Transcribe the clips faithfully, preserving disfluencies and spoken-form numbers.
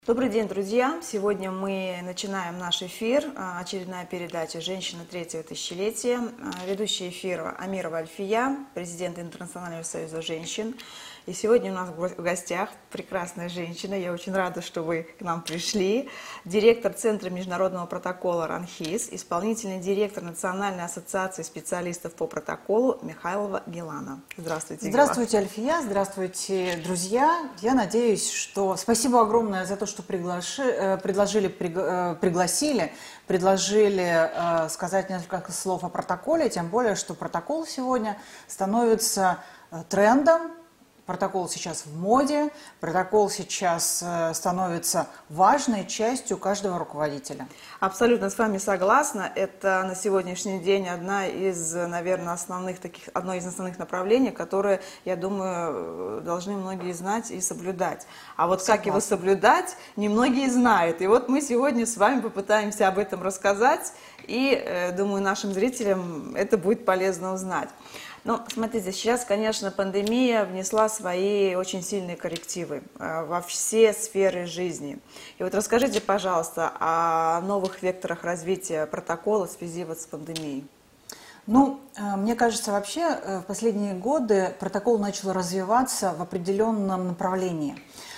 Добрый день, друзья! Сегодня мы начинаем наш эфир, очередная передача «Женщина третьего тысячелетия». Ведущий эфира Амирова Альфия, президент Интернационального союза женщин. И сегодня у нас в гостях прекрасная женщина, я очень рада, что вы к нам пришли. Директор Центра международного протокола РАНХИС, исполнительный директор Национальной ассоциации специалистов по протоколу Михайлова Гелана. Здравствуйте, Гела. Здравствуйте, Альфия, здравствуйте, друзья. Я надеюсь, что... Спасибо огромное за то, что приглаши... предложили, пригласили, предложили сказать несколько слов о протоколе, тем более, что протокол сегодня становится трендом. Протокол сейчас в моде, протокол сейчас становится важной частью каждого руководителя. Абсолютно с вами согласна. Это на сегодняшний день одна из, наверное, основных таких, одно из основных направлений, которые, я думаю, должны многие знать и соблюдать. А вот Согласна. Как его соблюдать, немногие знают. И вот мы сегодня с вами попытаемся об этом рассказать, и, думаю, нашим зрителям это будет полезно узнать. Ну, смотрите, сейчас, конечно, пандемия внесла свои очень сильные коррективы во все сферы жизни. И вот расскажите, пожалуйста, о новых векторах развития протокола в связи вот с пандемией. Ну, мне кажется, вообще в последние годы протокол начал развиваться в определенном направлении.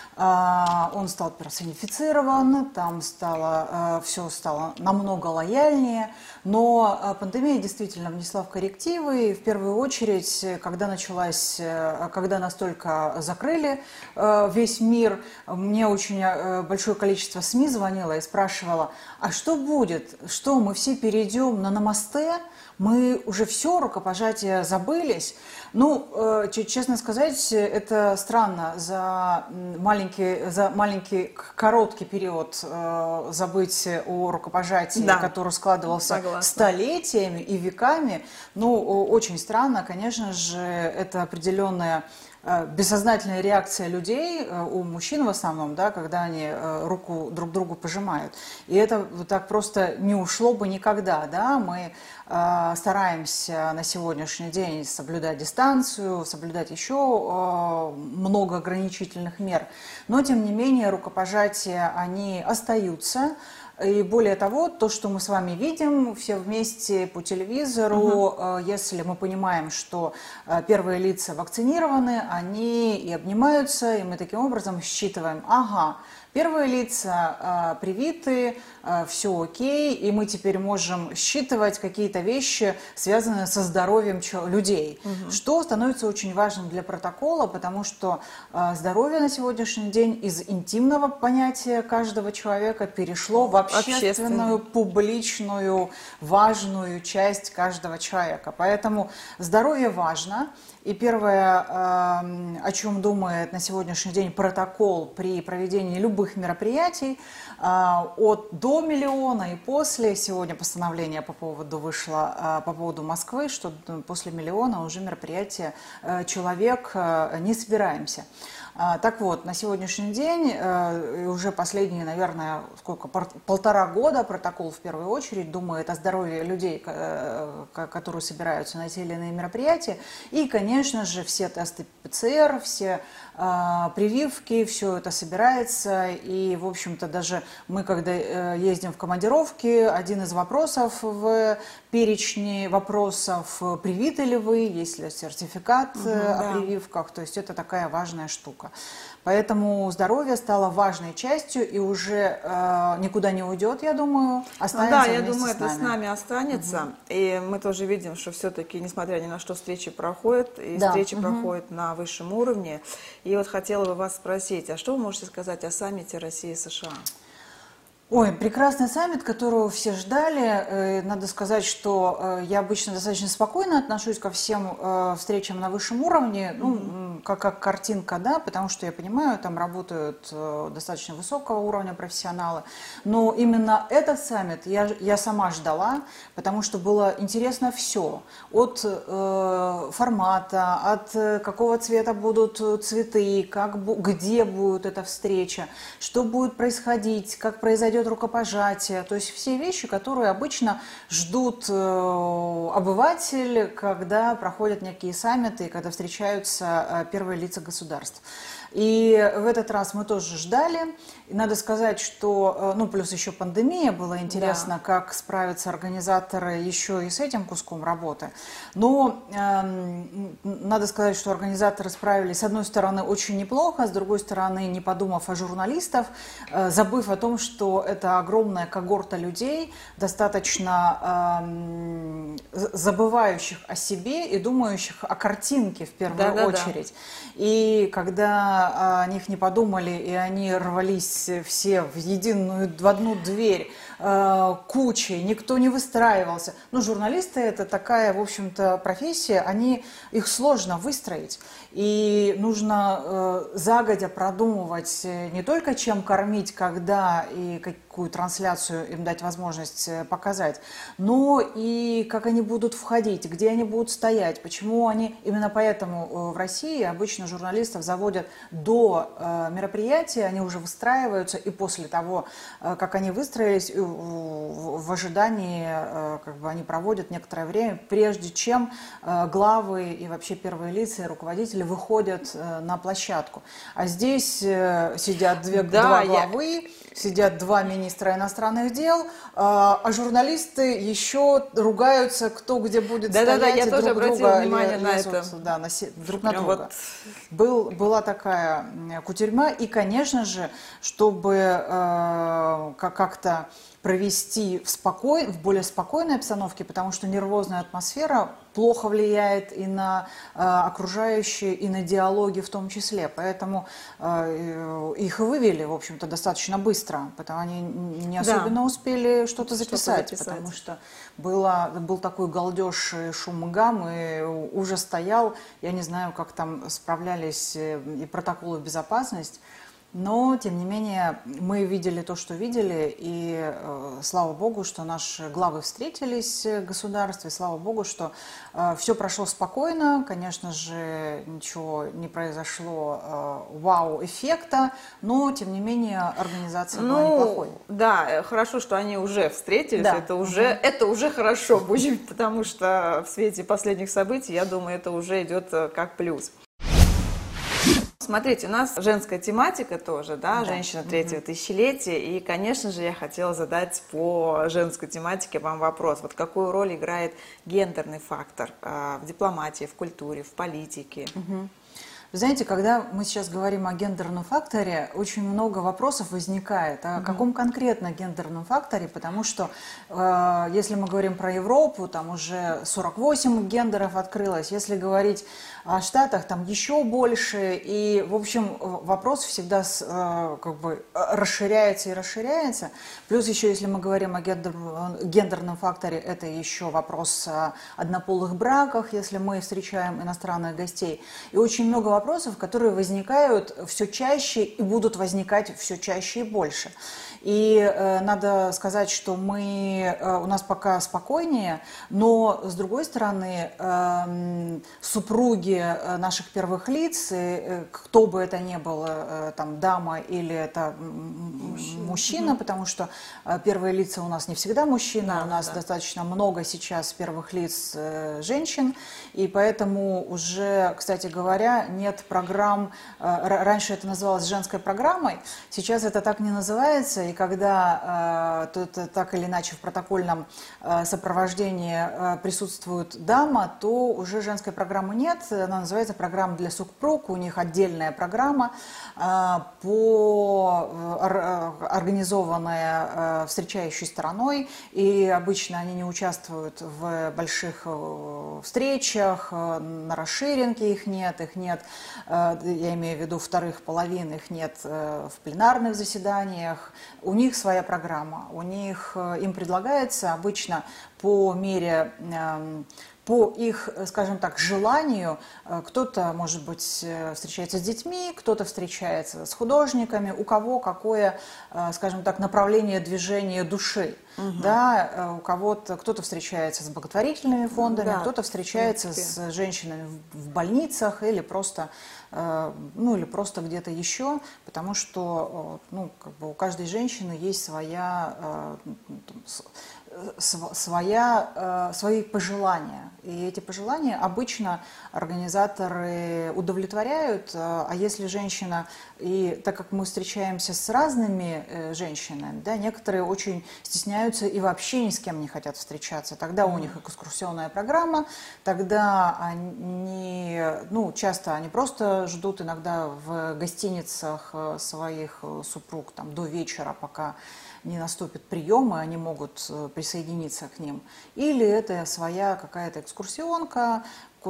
Он стал персонифицирован, там стало, все стало намного лояльнее, но пандемия действительно внесла в коррективы, и в первую очередь, когда началась, когда настолько закрыли весь мир, мне очень большое количество СМИ звонило и спрашивало, а что будет, что мы все перейдем на намасте? Мы уже все, рукопожатия забылись. Ну, честно сказать, это странно за маленький, за маленький короткий период забыть о рукопожатии, да, который складывался Согласна. столетиями и веками. Ну, очень странно, конечно же, это определенная бессознательная реакция людей, у мужчин в основном, да, когда они руку друг другу пожимают. И это вот так просто не ушло бы никогда. Да? Мы э, стараемся на сегодняшний день соблюдать дистанцию, соблюдать еще э, много ограничительных мер. Но, тем не менее, рукопожатия, они остаются. И более того, то, что мы с вами видим все вместе по телевизору, угу. если мы понимаем, что первые лица вакцинированы, они и обнимаются, и мы таким образом считываем, ага, первые лица привиты, все окей, и мы теперь можем считывать какие-то вещи, связанные со здоровьем людей, угу. что становится очень важным для протокола, потому что здоровье на сегодняшний день из интимного понятия каждого человека перешло в общественную, публичную, важную часть каждого человека. Поэтому здоровье важно. И первое, о чем думает на сегодняшний день протокол при проведении любых мероприятий, от до миллиона и после, сегодня постановление по поводу вышло по поводу Москвы, что после миллиона уже мероприятия человек не собираемся. Так вот, на сегодняшний день, уже последние, наверное, сколько, полтора года протокол в первую очередь думает о здоровье людей, которые собираются на те или иные мероприятия. И, конечно же, все тесты ПЦР, все прививки, все это собирается. И, в общем-то, даже мы, когда ездим в командировки, один из вопросов в перечне вопросов, привиты ли вы, есть ли сертификат угу, о да. прививках. То есть это такая важная штука. Поэтому здоровье стало важной частью и уже э, никуда не уйдет, я думаю, останется. Да, я думаю, с это с нами останется. Угу. И мы тоже видим, что все-таки, несмотря ни на что, встречи проходят, и да. встречи угу. проходят на высшем уровне. И вот хотела бы вас спросить, а что вы можете сказать о саммите России-США? Ой, прекрасный саммит, которого все ждали. Надо сказать, что я обычно достаточно спокойно отношусь ко всем встречам на высшем уровне, ну, mm-hmm. как, как картинка, да, потому что я понимаю, там работают достаточно высокого уровня профессионалы. Но именно этот саммит я, я сама ждала, потому что было интересно все. От э, формата, от какого цвета будут цветы, как, где будет эта встреча, что будет происходить, как произойдет рукопожатие, то есть все вещи, которые обычно ждут э, обыватель, когда проходят некие саммиты и когда встречаются э, первые лица государств. И в этот раз мы тоже ждали. И надо сказать, что, ну, плюс еще пандемия, было интересно, да, как справятся организаторы еще и с этим куском работы. Но э, надо сказать, что организаторы справились, с одной стороны, очень неплохо, с другой стороны, не подумав о журналистах, э, забыв о том, что это огромная когорта людей, достаточно э, забывающих о себе и думающих о картинке в первую да, да, очередь. Да. И когда о них не подумали, и они рвались все в единую, в одну дверь, э, кучей, никто не выстраивался. Ну, журналисты — это такая, в общем-то, профессия, они, их сложно выстроить. И нужно э, загодя продумывать не только, чем кормить, когда и какую трансляцию им дать возможность показать, но и как они будут входить, где они будут стоять, почему они... Именно поэтому в России обычно журналистов заводят до э, мероприятия, они уже выстраиваются, и после того, э, как они выстроились, в, в, в ожидании э, как бы они проводят некоторое время, прежде чем э, главы и вообще первые лица и руководители выходят э, на площадку. А здесь э, сидят две, да, два главы, я... сидят два министра иностранных дел, э, а журналисты еще ругаются, кто где будет да, стоять, да, да, я и тоже друг друга внимание на это. Да, на, друг на друга. Вот... Был, была такая кутерьма, и, конечно же, чтобы э, как-то провести в, спокой, в более спокойной обстановке, потому что нервозная атмосфера плохо влияет и на э, окружающие, и на диалоги в том числе. Поэтому э, их вывели, в общем-то, достаточно быстро, потому они не особенно да. успели что-то записать, что-то записать, потому что было, был такой галдеж, шум и гам, и ужас стоял. Я не знаю, как там справлялись и протоколы безопасности. Но, тем не менее, мы видели то, что видели, и э, слава богу, что наши главы встретились в государстве, слава богу, что э, все прошло спокойно, конечно же, ничего не произошло э, вау-эффекта, но, тем не менее, организация ну, была неплохой. Да, хорошо, что они уже встретились, да. это, уже, угу. это уже хорошо будет, потому что в свете последних событий, я думаю, это уже идет как плюс. Смотрите, у нас женская тематика тоже, да, да. женщина третьего mm-hmm. тысячелетия, и, конечно же, я хотела задать по женской тематике вам вопрос. Вот какую роль играет гендерный фактор э, в дипломатии, в культуре, в политике? Mm-hmm. Вы знаете, когда мы сейчас говорим о гендерном факторе, очень много вопросов возникает. О mm-hmm. каком конкретно гендерном факторе? Потому что, э, если мы говорим про Европу, там уже сорок восемь гендеров открылось. Если говорить о Штатах, там еще больше. И, в общем, вопрос всегда с, э, как бы расширяется и расширяется. Плюс еще, если мы говорим о гендер, гендерном факторе, это еще вопрос о однополых браках, если мы встречаем иностранных гостей. И очень много вопросов. вопросов, которые возникают все чаще и будут возникать все чаще и больше. И э, надо сказать, что мы, э, у нас пока спокойнее, но, с другой стороны, э, супруги наших первых лиц, э, кто бы это ни был, э, там, дама или это мужчина, мужчина потому что э, первые лица у нас не всегда мужчины, да, у нас да. достаточно много сейчас первых лиц э, женщин, и поэтому уже, кстати говоря, нет программ, э, раньше это называлось женской программой, сейчас это так не называется, и когда э, то, так или иначе в протокольном э, сопровождении э, присутствует дама, то уже женской программы нет. Она называется программа для супруг. У них отдельная программа, э, по, э, организованная э, встречающей стороной. И обычно они не участвуют в больших э, встречах, э, на расширинге их нет, их нет, э, я имею в виду вторых половин, их нет э, в пленарных заседаниях. У них своя программа, у них, им предлагается обычно по мере, по их, скажем так, желанию, кто-то, может быть, встречается с детьми, кто-то встречается с художниками, у кого какое, скажем так, направление движения души. Угу. Да, у кого-то, кто-то встречается с благотворительными фондами, да, кто-то встречается с женщинами в больницах или просто, ну, или просто где-то еще, потому что, ну, как бы у каждой женщины есть своя, своя, свои пожелания. И эти пожелания обычно организаторы удовлетворяют, а если женщина, и так как мы встречаемся с разными женщинами, да, некоторые очень стесняются и вообще ни с кем не хотят встречаться, тогда у них экскурсионная программа, тогда они, ну, часто они просто ждут иногда в гостиницах своих супруг там, до вечера, пока не наступит прием, и они могут присоединиться к ним. Или это своя какая-то экскурсионка,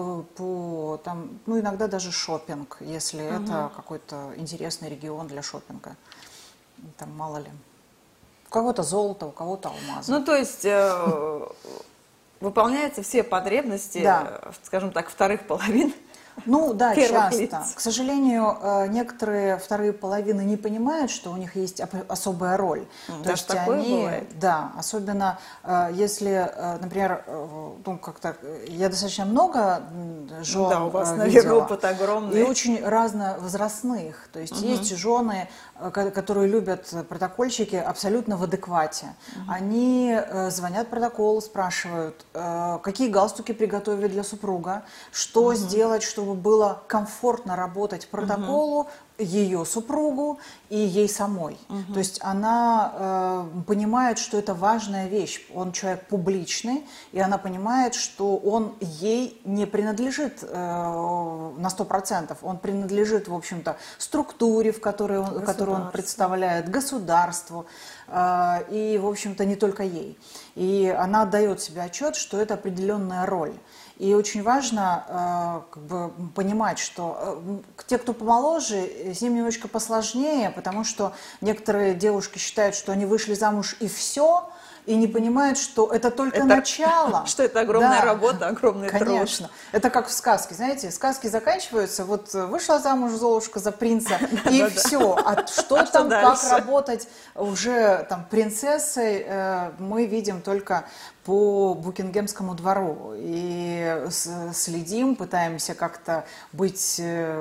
по, там, ну, иногда даже шопинг, если угу. это какой-то интересный регион для шопинга. Там мало ли. У кого-то золото, у кого-то алмазы. Ну, то есть э, выполняются все потребности, да. скажем так, вторых половин. Ну да, часто. Лиц. К сожалению, некоторые вторые половины не понимают, что у них есть особая роль. Mm, То есть такое они, бывает. Да, особенно если, например, ну как-то я достаточно много жен да, у вас, видела, наверное, опыт огромный. И очень разновозрастных. То есть угу. есть жены, которые любят протокольчики абсолютно в адеквате. Угу. Они звонят протокол, спрашивают, какие галстуки приготовили для супруга, что угу. сделать, чтобы чтобы было комфортно работать по протоколу угу. ее супругу и ей самой. Угу. То есть она э, понимает, что это важная вещь. Он человек публичный, и она понимает, что он ей не принадлежит э, на сто процентов. Он принадлежит, в общем-то, структуре, в которой он, которую он представляет, государству. Э, и, в общем-то, не только ей. И она отдает себе отчет, что это определенная роль. И очень важно э, как бы, понимать, что э, те, кто помоложе, с ним немножко посложнее, потому что некоторые девушки считают, что они вышли замуж и все, и не понимают, что это только это, начало. Что это огромная да, работа, огромный конечно. труд. Конечно. Это как в сказке, знаете, сказки заканчиваются, вот вышла замуж Золушка за принца, и все. А что там, как работать уже там принцессой, мы видим только по Букингемскому двору и следим, пытаемся как-то быть,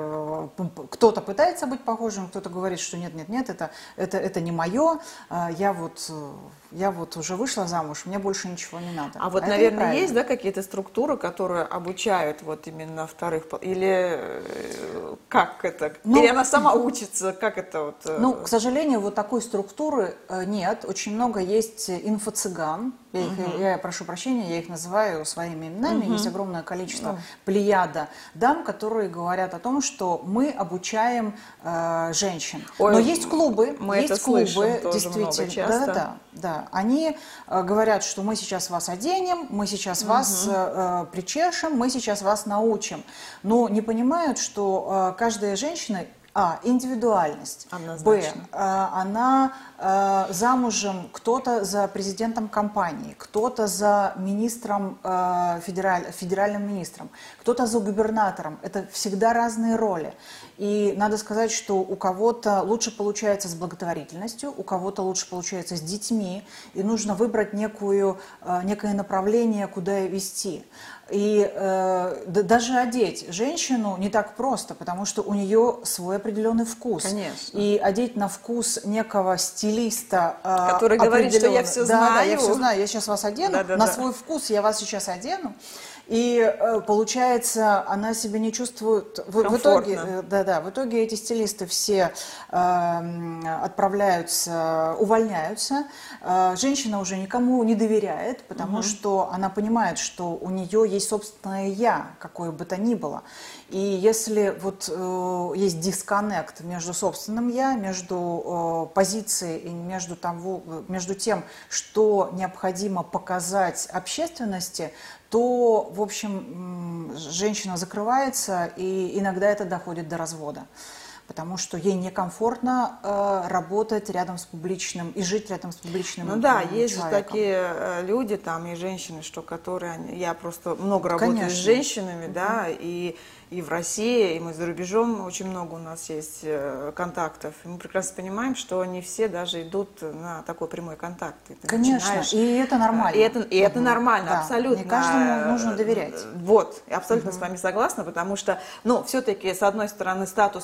кто-то пытается быть похожим, кто-то говорит, что нет, нет, нет, это, это, это не мое, я вот, я вот уже вышла замуж, мне больше ничего не надо. А вот, а наверное, есть, да, какие-то структуры, которые обучают вот именно вторых, или как это, ну, или она сама учится, как это вот? Ну, к сожалению, вот такой структуры нет, очень много есть инфо-цыган. Я, их, uh-huh. я прошу прощения, я их называю своими именами. Uh-huh. Есть огромное количество uh-huh. плеяда дам, которые говорят о том, что мы обучаем э, женщин. Ой, но есть клубы, мы есть это клубы, слышим действительно. Да, да, да, да. Они э, говорят, что мы сейчас вас оденем, мы сейчас uh-huh. вас э, причешем, мы сейчас вас научим. Но не понимают, что э, каждая женщина. А, индивидуальность. Однозначно. Б, она э, замужем, кто-то за президентом компании, кто-то за министром, э, федераль, федеральным министром, кто-то за губернатором. Это всегда разные роли. И надо сказать, что у кого-то лучше получается с благотворительностью, у кого-то лучше получается с детьми, и нужно выбрать некую, э, некое направление, куда вести. И э, да, даже одеть женщину не так просто, потому что у нее свой определенный вкус. Конечно. И одеть на вкус некого стилиста, э, который говорит, что я все да, знаю. Да, я все знаю, я сейчас вас одену, да, да, на да. свой вкус я вас сейчас одену. И э, получается, она себя не чувствует. В, в итоге, э, да, да, в итоге эти стилисты все э, отправляются, увольняются. Э, женщина уже никому не доверяет, потому угу. что она понимает, что у нее есть собственное я, какое бы то ни было. И если вот э, есть дисконнект между собственным я, между э, позицией и между, того, между тем, что необходимо показать общественности, то, в общем, женщина закрывается, и иногда это доходит до развода. Потому что ей некомфортно э, работать рядом с публичным и жить рядом с публичным человеком. Ну да, человеком. есть же такие люди, там и женщины, что которые, я просто много работаю Конечно. с женщинами, uh-huh. да, и, и в России, и мы за рубежом, очень много у нас есть э, контактов. И мы прекрасно понимаем, что не все даже идут на такой прямой контакт. И Конечно, начинаешь, и это нормально. И это, и uh-huh. это нормально, да. абсолютно. Не каждому нужно доверять. Вот, я абсолютно uh-huh. с вами согласна, потому что, ну, все-таки, с одной стороны, статус обязывает,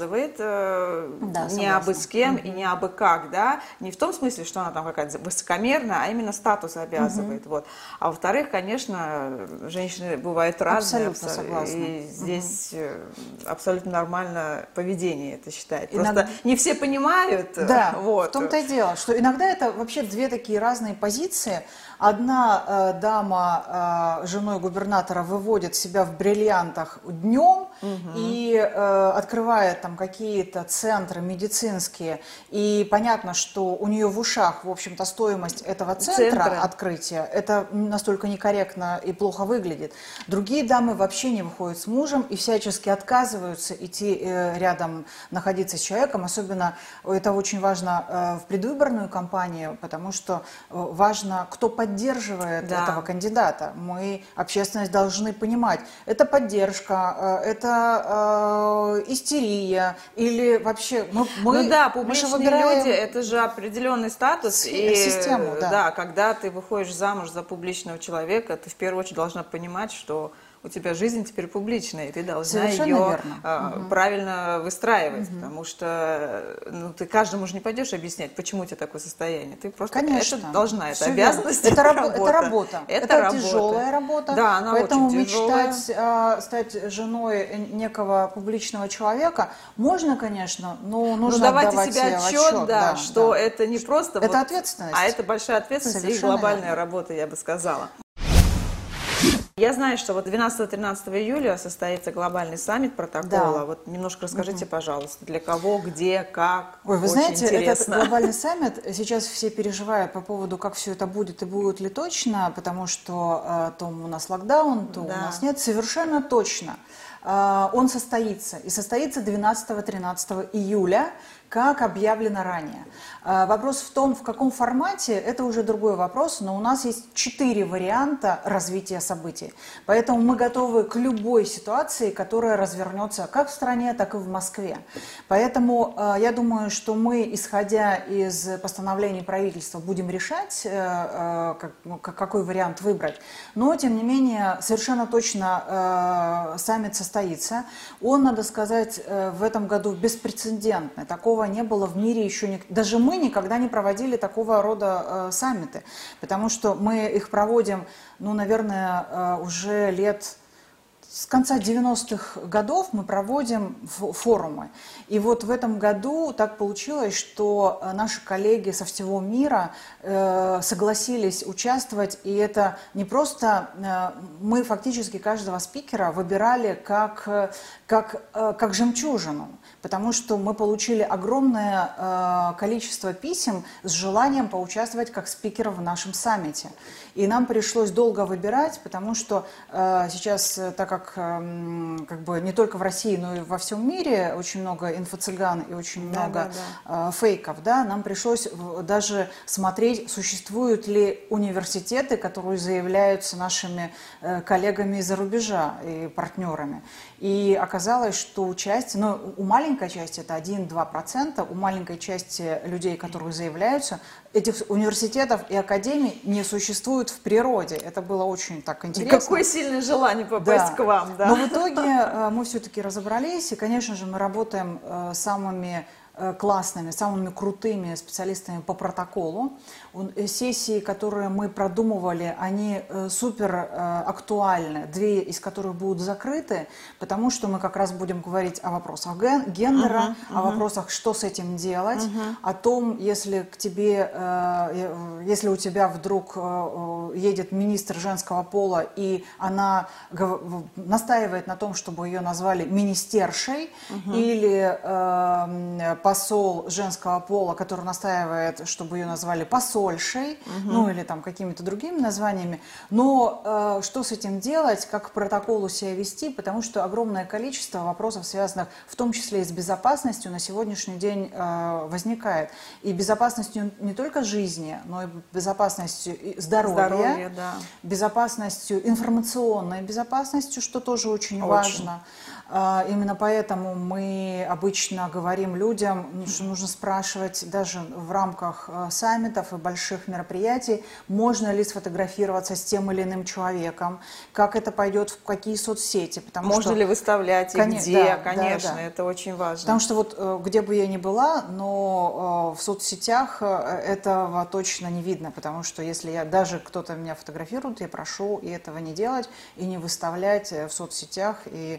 обязывает э, Да, не абы с кем согласна. и не абы как, да, не в том смысле, что она там какая-то высокомерная, а именно статус обязывает, вот. А во-вторых, конечно, женщины бывают разные, Абсолютно согласна. и здесь э, абсолютно нормально поведение это считает. Просто Иногда- не все понимают, Да, вот. в том-то и дело, что иногда это вообще две такие разные позиции. Одна э, дама, э, женой губернатора, выводит себя в бриллиантах днем и э, открывает там какие-то центры медицинские. И понятно, что у нее в ушах, в общем-то, стоимость этого центра Центра. открытия, это настолько некорректно и плохо выглядит. Другие дамы вообще не выходят с мужем и всячески отказываются идти э, рядом, находиться с человеком. Особенно это очень важно э, в предвыборную кампанию, потому что э, важно, кто поддерживает Да. этого кандидата. Мы, общественность, должны понимать, это поддержка, э, это э, истерия или вообще... Мы, мы, Ну да, мы же публичные выбираем люди, это же определенный статус. си- И, систему, да. когда ты выходишь замуж за публичного человека, ты в первую очередь должна понимать, что у тебя жизнь теперь публичная, и ты должна Совершенно ее верно. а, правильно выстраивать, потому что ну, ты каждому же не пойдешь объяснять, почему у тебя такое состояние. Ты просто Конечно. это должна, это Всё верно. обязанность, Это, рабо- работа. это работа. Это, Это работа. тяжелая работа. Да, она Поэтому очень тяжелая. мечтать а, стать женой некого публичного человека можно, конечно, но нужно Ну, давайте отдавать себе отчет, отчет, да, что да. это не просто... Это вот, ответственность. а это большая ответственность и Совершенно глобальная верно. работа, я бы сказала. Я знаю, что вот двенадцатого-тринадцатого июля состоится глобальный саммит протокола. Да. Вот немножко расскажите, пожалуйста, для кого, где, как. Ой, вы Очень знаете, этот интересно. глобальный саммит, сейчас все переживают по поводу, как все это будет и будет ли точно, потому что э, то у нас локдаун, то Да. у нас нет. Совершенно точно. Э, он состоится. И состоится двенадцатого-тринадцатого июля, как объявлено ранее. Э, вопрос в том, в каком формате, это уже другой вопрос, но у нас есть четыре варианта развития событий. Поэтому мы готовы к любой ситуации, которая развернется как в стране, так и в Москве. Поэтому э, я думаю, что мы, исходя из постановлений правительства, будем решать, э, э, как, ну, как- какой вариант выбрать. Но, тем не менее, совершенно точно э, саммит состоится. Он, надо сказать, э, в этом году беспрецедентный. Такого не было в мире еще. Ни... Даже мы никогда не проводили такого рода э, саммиты, потому что мы их проводим, ну, наверное, э, уже лет... С конца девяностых годов мы проводим форумы. И вот в этом году так получилось, что наши коллеги со всего мира э, согласились участвовать. И это не просто... Э, мы фактически каждого спикера выбирали как, как, э, как жемчужину. Потому что мы получили огромное э, количество писем с желанием поучаствовать как спикер в нашем саммите. И нам пришлось долго выбирать, потому что э, сейчас, так как, э, как бы не только в России, но и во всем мире очень много инфо-цыган и очень Да, много да, э, фейков, да, нам пришлось даже смотреть, существуют ли университеты, которые заявляются нашими э, коллегами из-за рубежа и партнерами. И оказалось, что часть, ну, у маленькой части это один-два процента, у маленькой части людей, которые заявляются, этих университетов и академий не существует в природе. Это было очень так интересно. Какое сильное желание попасть Да. к вам, да. Но в итоге э, мы все-таки разобрались, и, конечно же, мы работаем э, с самыми э, классными, самыми крутыми специалистами по протоколу. Он- э, Сессии, которые мы продумывали, они э, супер э, актуальны, две из которых будут закрыты, потому что мы как раз будем говорить о вопросах ген- гендера, о вопросах, что с этим делать, о том, если к тебе, э, э, если у тебя вдруг э, э, едет министр женского пола, и она гов- в- настаивает на том, чтобы ее назвали министершей, или э, посол женского пола, который настаивает, чтобы ее назвали посольшей, ну или там какими-то другими названиями. Но э, что с этим делать, как к протоколу себя вести, потому что огромное количество вопросов, связанных в том числе и с безопасностью, на сегодняшний день э, возникает. И безопасностью не только жизни, но и безопасностью и здоровья, Здоровье, да. безопасностью, информационной безопасностью, что тоже очень, Очень. важно. Именно поэтому мы обычно говорим людям, что нужно спрашивать даже в рамках саммитов и больших мероприятий, можно ли сфотографироваться с тем или иным человеком, как это пойдет, в какие соцсети. Потому можно что, ли выставлять и кон... где, да, конечно, да, да. это очень важно. Потому что вот где бы я ни была, но в соцсетях этого точно не видно, потому что если я даже кто-то меня фотографирует, я прошу и этого не делать, и не выставлять в соцсетях, и,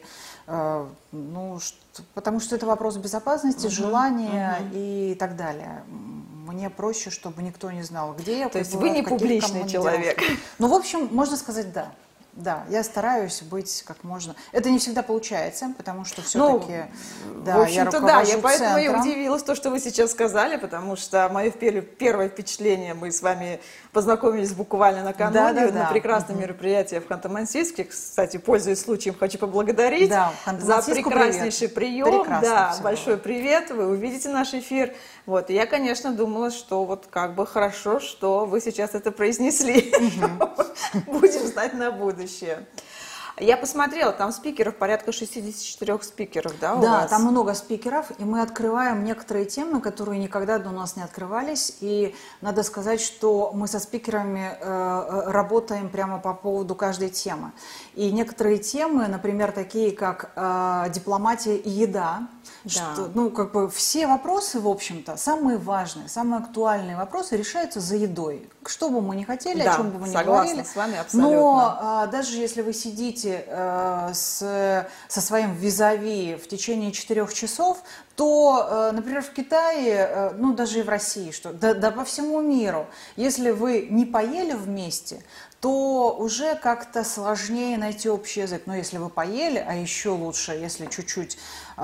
ну, что, потому что это вопрос безопасности, uh-huh, желания uh-huh. и так далее. Мне проще, чтобы никто не знал, где я. То есть вы не публичный человек. Ну, в общем, можно сказать «да». Да, я стараюсь быть как можно. Это не всегда получается, потому что все-таки, ну, да, в общем-то, да, я поэтому центром. и удивилась то, что вы сейчас сказали, потому что мое первое впечатление, мы с вами познакомились буквально накануне да, да, на да. прекрасном угу. мероприятии в Ханты-Мансийске. Кстати, пользуясь случаем, хочу поблагодарить да, за прекраснейший привет. прием. Прекрасно да, всего. Большой привет, вы увидите наш эфир. Вот, и я, конечно, думала, что вот как бы хорошо, что вы сейчас это произнесли. Угу. Будем знать на будущее. Я посмотрела, там спикеров порядка шестидесяти четырёх спикеров, да, у Да, вас? там много спикеров, и мы открываем некоторые темы, которые никогда до нас не открывались, и надо сказать, что мы со спикерами э, работаем прямо по поводу каждой темы. И некоторые темы, например, такие как э, дипломатия и еда, да. что, ну, как бы все вопросы, в общем-то, самые важные, самые актуальные вопросы решаются за едой. Что бы мы ни хотели, да, о чем бы мы ни говорили. С вами абсолютно. Но э, даже если вы сидите э, с, со своим визави в течение четырех часов, то, э, например, в Китае, э, ну даже и в России, что, да, да по всему миру, если вы не поели вместе, то уже как-то сложнее найти общий язык. Но если вы поели, а еще лучше, если чуть-чуть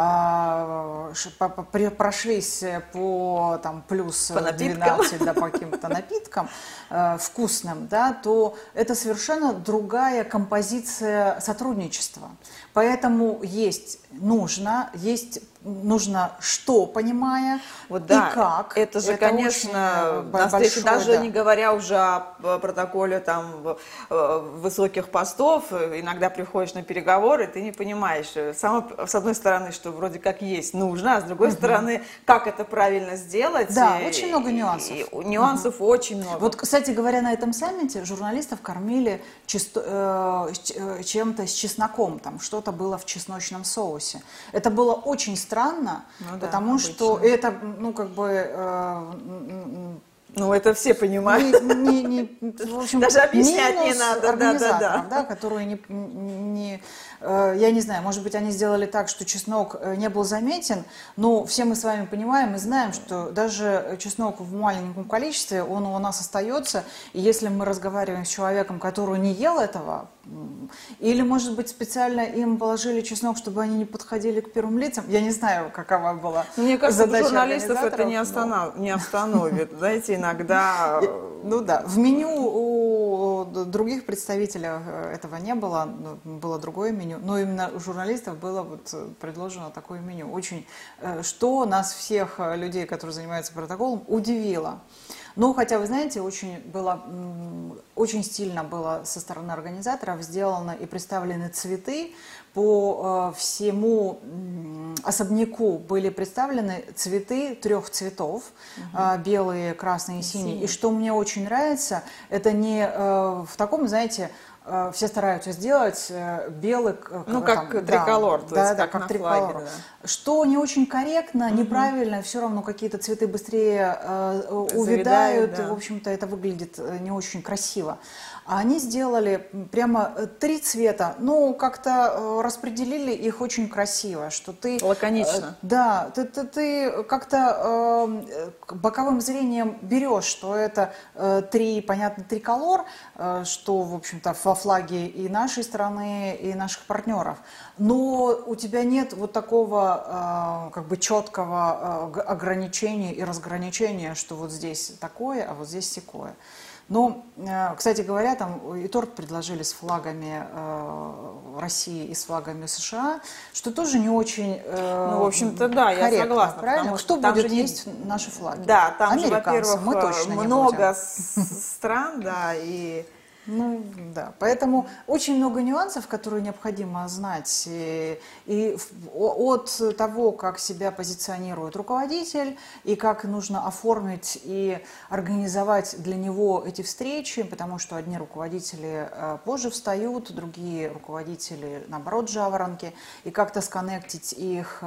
э, прошлись по там, плюс двенадцать да, по каким-то напиткам э, вкусным, да, то это совершенно другая композиция сотрудничества. Поэтому есть нужно, есть нужно что, понимая, вот, да, и как. Это же, это конечно, на встрече, даже да. не говоря уже о протоколе там, высоких постов, иногда приходишь на переговоры, ты не понимаешь, само, с одной стороны, что вроде как есть нужно, а с другой угу. стороны, как это правильно сделать. Да, и, очень много нюансов. И, и, нюансов угу. очень много. Вот, кстати говоря, на этом саммите журналистов кормили чисто, э, чем-то с чесноком, там что-то было в чесночном соусе. Это было очень странно, ну, да, потому обычно. Что это, ну, как бы... Э, ну, это все понимают. Не, не, не, в общем, даже объяснять не надо. Да, да, да. Да, которые не, не, я не знаю, может быть, они сделали так, что чеснок не был заметен, но все мы с вами понимаем и знаем, что даже чеснок в маленьком количестве, он у нас остается, и если мы разговариваем с человеком, который не ел этого, или, может быть, специально им положили чеснок, чтобы они не подходили к первым лицам, я не знаю, какова была Мне кажется, задача журналистов это не, но... останов... не остановит, знаете, иногда... Ну да, в меню у других представителей этого не было, было другое меню, но именно у журналистов было вот предложено такое меню. Очень, что нас всех людей, которые занимаются протоколом, удивило. Ну, хотя, вы знаете, очень, было, очень стильно было со стороны организаторов сделано и представлены цветы. По э, всему особняку были представлены цветы трех цветов, угу. э, белые, красные и синие. И что мне очень нравится, это не э, в таком, знаете, э, все стараются сделать э, белый... Э, ну, как там, триколор, да, то да, есть да, как, как на триколор. флаге. Да. Что не очень корректно, угу. неправильно, все равно какие-то цветы быстрее э, увядают, да. В общем-то, это выглядит не очень красиво. А они сделали прямо три цвета, ну, как-то распределили их очень красиво, что ты... Лаконично. Да, ты, ты, ты как-то э, боковым зрением берешь, что это э, три, понятно, триколор, э, что, в общем-то, во флаге и нашей страны, и наших партнеров. Но у тебя нет вот такого э, как бы четкого э, ограничения и разграничения, что вот здесь такое, а вот здесь сякое. Но, кстати говоря, там и торт предложили с флагами э, России и с флагами США, что тоже не очень э, ну, в общем-то, да, корректно, я согласна. Правильно? Кто будет есть не... наши флаги? Да, там же, во-первых, много стран, да, и Ну, да. Поэтому очень много нюансов, которые необходимо знать. И, и от того, как себя позиционирует руководитель, и как нужно оформить и организовать для него эти встречи, потому что одни руководители позже встают, другие руководители, наоборот, жаворонки, и как-то сконнектить их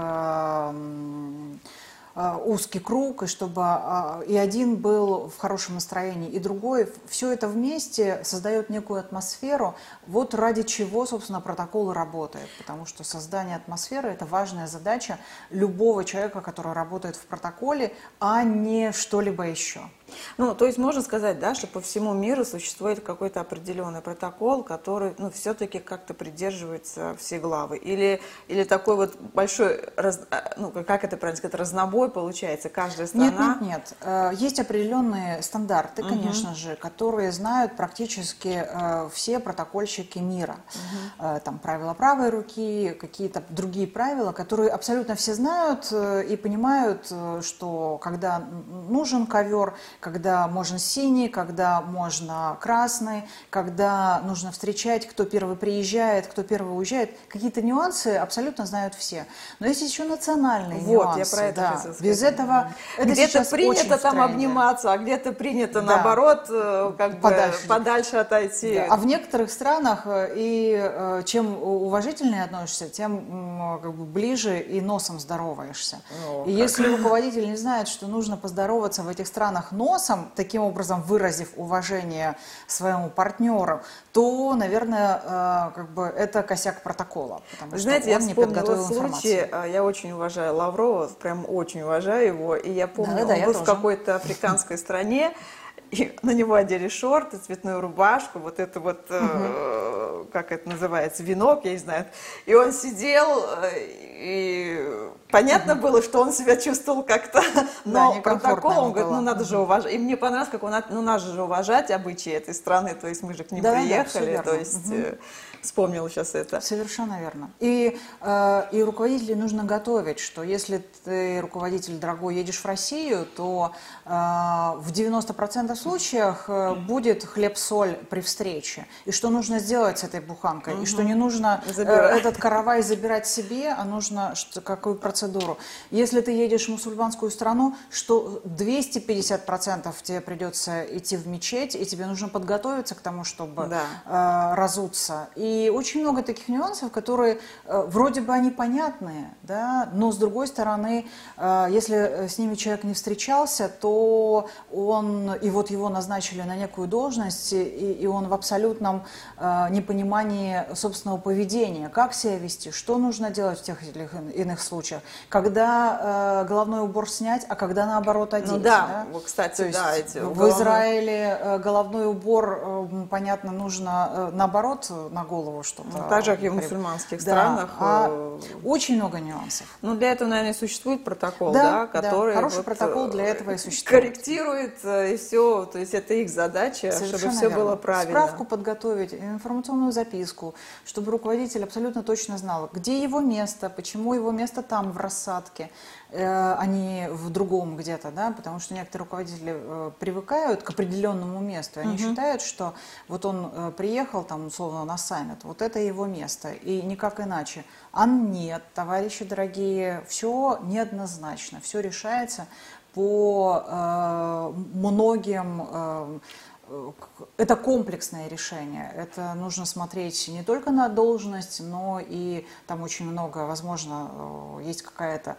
узкий круг, и чтобы и один был в хорошем настроении, и другой. Все это вместе создает некую атмосферу, вот ради чего, собственно, протокол работает. Потому что создание атмосферы – это важная задача любого человека, который работает в протоколе, а не что-либо еще. Ну, то есть можно сказать, да, что по всему миру существует какой-то определенный протокол, который, ну, все-таки как-то придерживается все главы. Или, или такой вот большой, раз, ну, как это правильно сказать, разнобой получается, каждая страна. Нет, нет, нет. Есть определенные стандарты, угу. конечно же, которые знают практически все протокольщики мира. Угу. Там правила правой руки, какие-то другие правила, которые абсолютно все знают и понимают, что когда нужен ковер, когда можно синий, когда можно красный, когда нужно встречать, кто первый приезжает, кто первый уезжает. Какие-то нюансы абсолютно знают все. Но есть еще национальные вот, нюансы. Я про это да. хотела сказать. Без этого это где-то принято там тренде. обниматься, а где-то принято, да, наоборот, как подальше. бы подальше отойти. Да. А в некоторых странах и чем уважительнее относишься, тем как бы ближе и носом здороваешься. О, и как. Если руководитель не знает, что нужно поздороваться в этих странах носом, таким образом выразив уважение своему партнеру, то, наверное, как бы это косяк протокола. Потому Знаете, что я он не вспомнила случай, я очень уважаю Лаврова, прям очень уважаю его, и я помню, да, да, он был в какой-то африканской стране, и на него одели шорты, цветную рубашку, вот это вот, угу. э, как это называется, венок, я не знаю. И он сидел, и понятно угу. было, что он себя чувствовал как-то, но да, протокол, он говорит, ну надо угу. же уважать. И мне понравилось, как он, ну надо же уважать обычаи этой страны, то есть мы же к ним да, приехали, да, то есть... Угу. Вспомнила сейчас это. Совершенно верно. И, э, и руководителей нужно готовить, что если ты, руководитель дорогой, едешь в Россию, то э, в девяноста процентах случаев э, будет хлеб-соль при встрече. И что нужно сделать с этой буханкой. Угу. И что не нужно э, этот каравай забирать себе, а нужно что, какую процедуру. Если ты едешь в мусульманскую страну, что двести пятьдесят процентов тебе придется идти в мечеть, и тебе нужно подготовиться к тому, чтобы да. э, разуться. И И очень много таких нюансов, которые э, вроде бы они понятные, да, но с другой стороны, э, если с ними человек не встречался, то он, и вот его назначили на некую должность, и, и он в абсолютном э, непонимании собственного поведения, как себя вести, что нужно делать в тех или иных случаях, когда э, головной убор снять, а когда наоборот одеть. Ну да, да? Кстати, то есть да, эти в головные... Израиле э, головной убор, э, понятно, нужно э, наоборот на голову что-то. Ну, так же, как и в мусульманских да, странах. А очень много нюансов. Ну, для этого, наверное, существует протокол, да, да, который... Да, хороший вот протокол для этого и существует. Корректирует и все, то есть это их задача, совершенно чтобы все верно. было правильно. Справку подготовить, информационную записку, чтобы руководитель абсолютно точно знал, где его место, почему его место там в рассадке, а не в другом где-то, да, потому что некоторые руководители э, привыкают к определенному месту, и они угу. считают, что вот он э, приехал там условно на саммит, вот это его место, и никак иначе. А нет, товарищи дорогие, все неоднозначно, все решается по э, многим... Э, это комплексное решение. Это нужно смотреть не только на должность, но и там очень много, возможно, есть какая-то...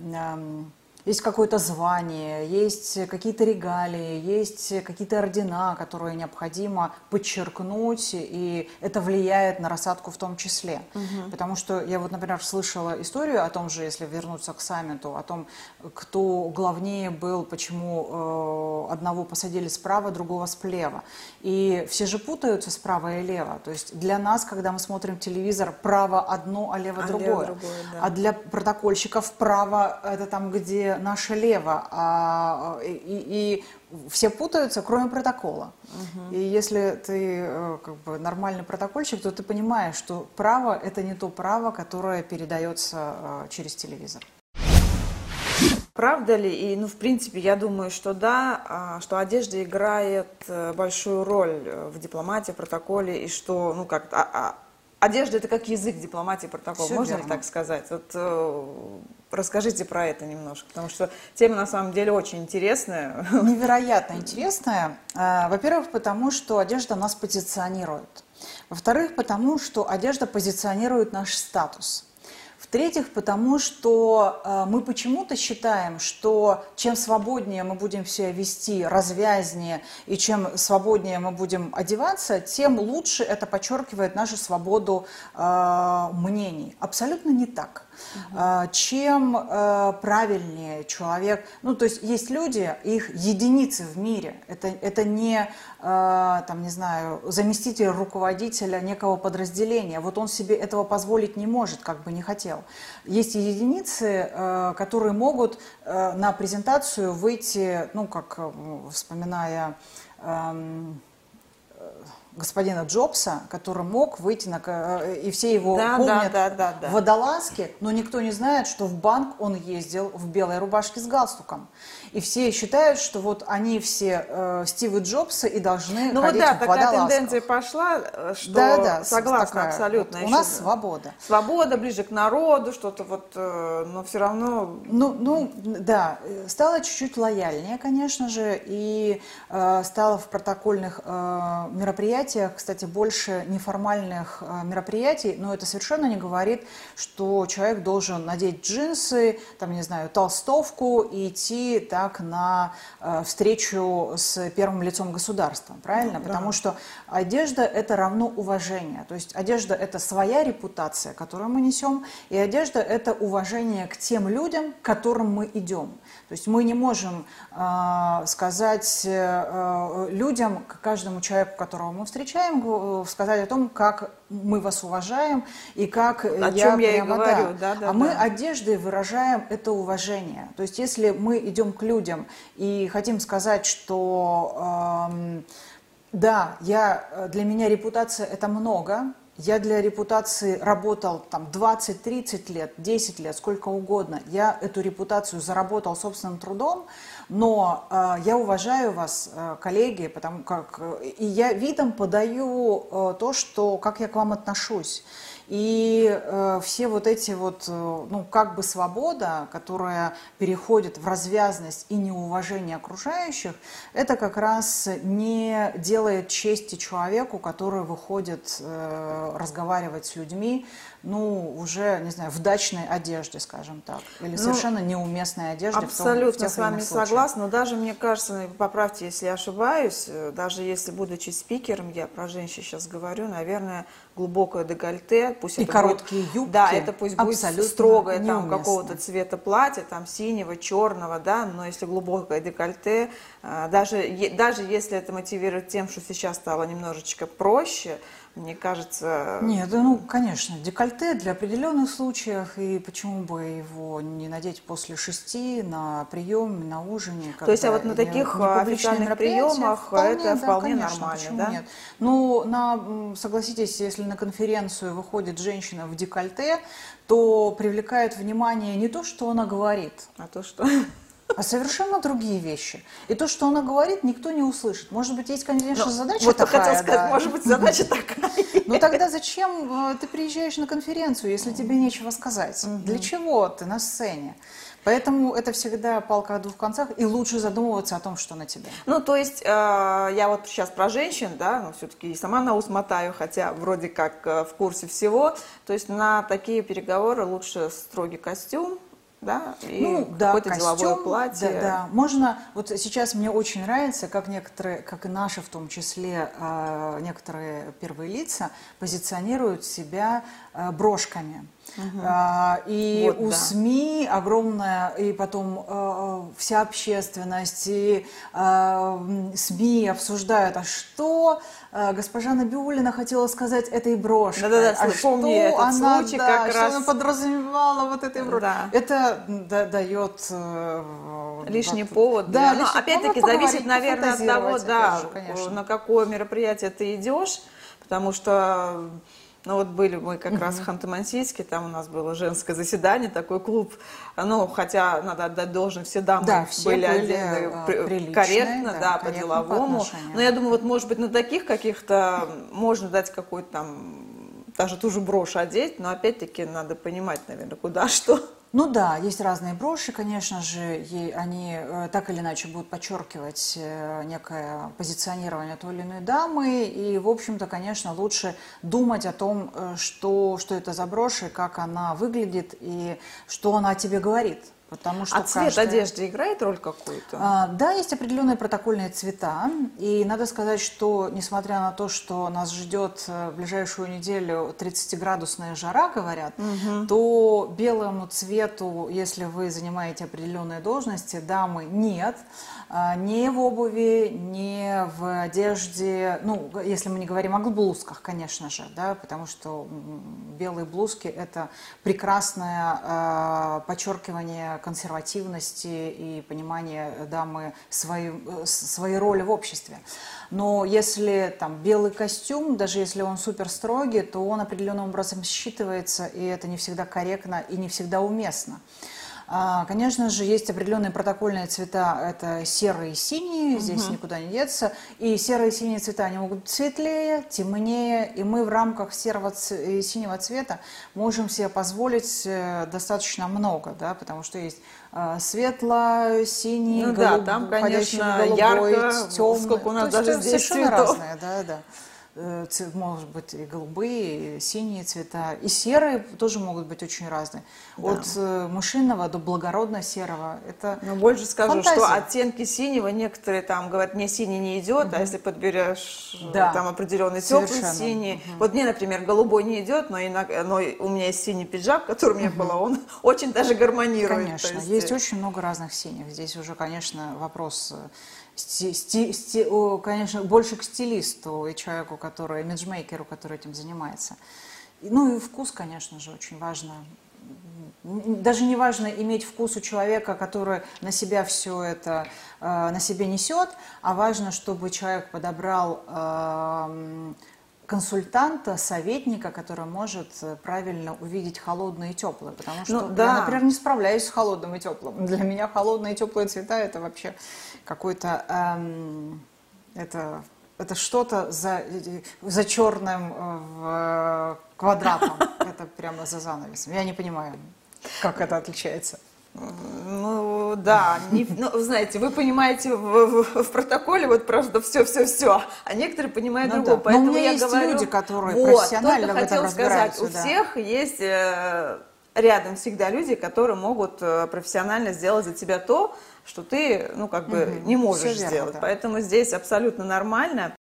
Есть какое-то звание, есть какие-то регалии, есть какие-то ордена, которые необходимо подчеркнуть, и это влияет на рассадку в том числе. Угу. Потому что я вот, например, слышала историю о том же, если вернуться к саммиту, о том, кто главнее был, почему э, одного посадили справа, другого слева. И все же путаются справа и лево. То есть для нас, когда мы смотрим телевизор, право одно, а лево а другое. Лево другое да. А для протокольщиков право это там, где наше лево, а, и, и все путаются, кроме протокола. Угу. И если ты как бы нормальный протокольщик, то ты понимаешь, что право – это не то право, которое передается через телевизор. Правда ли? И, ну, в принципе, я думаю, что да, а, что одежда играет э, большую роль э, в дипломатии, протоколе, и что, ну, как, а, а, одежда это как язык дипломатии, протокола, Все можно верно. ли так сказать? Вот э, расскажите про это немножко, потому что тема на самом деле очень интересная. Невероятно интересная. Э, Во-первых, потому что одежда нас позиционирует. Во-вторых, потому что одежда позиционирует наш статус. В-третьих, потому что э, мы почему-то считаем, что чем свободнее мы будем себя вести, развязнее, и чем свободнее мы будем одеваться, тем лучше это подчеркивает нашу свободу э, мнений. Абсолютно не так. Угу. Э, чем э, правильнее человек... Ну, то есть есть люди, их единицы в мире. Это, это не, э, там, не знаю, заместитель руководителя некого подразделения. Вот он себе этого позволить не может, как бы не хотел. Есть единицы, которые могут на презентацию выйти, ну, как вспоминая господина Джобса, который мог выйти на... И все его да, помнят да, да, да, да. в водолазке, но никто не знает, что в банк он ездил в белой рубашке с галстуком. И все считают, что вот они все э, Стивы Джобсы и должны ну, ходить вот да, в такая водолазках. тенденция пошла, что да, да, согласна такая, абсолютно. Вот, у нас свобода. Свобода, ближе к народу, что-то вот, э, но все равно... Ну, ну, да, стало чуть-чуть лояльнее, конечно же, и э, стало в протокольных э, мероприятиях, кстати, больше неформальных э, мероприятий, но это совершенно не говорит, что человек должен надеть джинсы, там, не знаю, толстовку и идти так на э, встречу с первым лицом государства, правильно? Да. Потому что одежда – это равно уважение, то есть одежда – это своя репутация, которую мы несем, и одежда – это уважение к тем людям, к которым мы идем. То есть мы не можем э, сказать э, людям, к каждому человеку, которого мы встречаем, сказать о том, как мы вас уважаем и как о я, чем я прямо, и говорю. Да. Да, да, а да. мы одеждой выражаем это уважение. То есть если мы идем к людям и хотим сказать, что э, да, я, для меня репутация – это много, я для репутации работал там двадцать-тридцать лет, десять лет, сколько угодно. Я эту репутацию заработал собственным трудом, но э, я уважаю вас, э, коллеги, потому как и я видом подаю э, то, что, как я к вам отношусь. И э, все вот эти вот, э, ну, как бы свобода, которая переходит в развязность и неуважение окружающих, это как раз не делает чести человеку, который выходит э, разговаривать с людьми, ну, уже, не знаю, в дачной одежде, скажем так, или ну, совершенно неуместной одежде. Абсолютно в том, в с вами согласна, но даже, мне кажется, поправьте, если я ошибаюсь, даже если, будучи спикером, я про женщин сейчас говорю, наверное, глубокое декольте, пусть и это короткие будет, юбки, да, это пусть будет строгое, там, какого-то цвета платья, там, синего, черного, да, но если глубокое декольте, даже, даже если это мотивирует тем, что сейчас стало немножечко проще, мне кажется... Нет, ну, конечно, декольте для определенных случаев, и почему бы его не надеть после шести на прием, на ужине. То есть, а вот на таких не, не официальных приемах вполне, это вполне да, конечно, нормально, да? Нет? Ну, на, согласитесь, если на конференцию выходит женщина в декольте, то привлекает внимание не то, что она говорит, а то, что... а совершенно другие вещи. И то, что она говорит, никто не услышит. Может быть, есть, конечно, Но, задача вот такая. Хотел сказать, да. Может быть, задача такая. Ну тогда зачем ты приезжаешь на конференцию, если тебе нечего сказать? Угу. Для чего ты на сцене? Поэтому это всегда палка о двух концах, и лучше задумываться о том, что на тебе. Ну, то есть, э, я вот сейчас про женщин, да, но все-таки и сама на ус мотаю, хотя вроде как э, в курсе всего. То есть, на такие переговоры лучше строгий костюм, да, и ну, да, какое-то деловое платье. Да, да. Можно, вот сейчас мне очень нравится, как некоторые, как и наши в том числе, э, некоторые первые лица позиционируют себя э, брошками. Угу. А, и вот, у да. СМИ огромная, и потом э, вся общественность, и э, СМИ обсуждают, а что э, госпожа Набиуллина хотела сказать этой брошкой, Да-да-да, а помни что этот она, случай, да, как что раз... она подразумевала вот этой брошкой. Да. Это да, дает... Э, лишний вот, повод. Да, да. Но опять-таки зависит, наверное, от того, да, же, на какое мероприятие ты идешь, потому что... Ну вот были мы как раз в Ханты-Мансийске, там у нас было женское заседание, такой клуб. Ну, хотя надо отдать должное, все дамы Да, все были, были одеты приличные, корректно, да, да, корректно по-деловому. по Но я думаю, вот может быть на таких каких-то можно дать какой-то там, даже ту же брошь одеть, но опять-таки надо понимать, наверное, куда что. Ну да, есть разные броши, конечно же, и они э, так или иначе будут подчеркивать э, некое позиционирование той или иной дамы, и, в общем-то, конечно, лучше думать о том, э, что, что это за брошь, и как она выглядит, и что она о тебе говорит. Потому что а цвет каждая... одежды играет роль какую-то? А, да, есть определенные протокольные цвета, и надо сказать, что несмотря на то, что нас ждет в ближайшую неделю тридцатиградусная жара, говорят, угу. то белому цвету, если вы занимаете определенные должности, дамы, нет. Ни в обуви, ни в одежде, ну, если мы не говорим о блузках, конечно же, да, потому что белые блузки – это прекрасное э, подчеркивание консервативности и понимания дамы своей, своей роли в обществе. Но если там белый костюм, даже если он супер строгий, то он определенным образом считывается, и это не всегда корректно и не всегда уместно. Конечно же, есть определенные протокольные цвета, это серый и синий, здесь угу. никуда не деться. И серые и синие цвета, они могут быть светлее, темнее, и мы в рамках серого и синего цвета можем себе позволить достаточно много, да, потому что есть светло, синий, ну, голубой, да, там, конечно, голубой, ярко, темный. сколько у нас то даже здесь совершенно цветов. разное, да, да. Может быть и голубые, и синие цвета, и серые тоже могут быть очень разные. Да. От э, мышиного до благородно-серого. Это Но больше скажу, фантазия. Что оттенки синего, некоторые там говорят, мне синий не идет, угу. а если подберешь да. там определенный теплый синий. Угу. Вот мне, например, голубой не идет, но, иногда, но у меня есть синий пиджак, который у меня угу. был, он очень даже гармонирует. Конечно, есть... есть очень много разных синих. Здесь уже, конечно, вопрос... Сти, сти, сти, о, конечно, больше к стилисту и человеку, который, имиджмейкеру, который этим занимается. Ну и вкус, конечно же, очень важно. Даже не важно иметь вкус у человека, который на себя все это э, на себе несет, а важно, чтобы человек подобрал э, консультанта, советника, который может правильно увидеть холодное и теплое. Потому что ну, да. я, например, не справляюсь с холодным и теплым. Для меня холодные и теплые цвета – это вообще какой-то… Эм, это, это что-то за, за черным в, квадратом. Это прямо за занавесом. Я не понимаю, как это отличается. Ну, да, не, ну, знаете, вы понимаете в, в, в протоколе вот просто все-все-все, а некоторые понимают ну, другое. Да. Поэтому Но у меня я есть говорю, люди, которые вот, профессионально в этом разбираются. Сказать, да. У всех есть э, рядом всегда люди, которые могут э, профессионально сделать за тебя то, что ты, ну, как бы угу. не можешь Все сделать. верно, да. Поэтому здесь абсолютно нормально.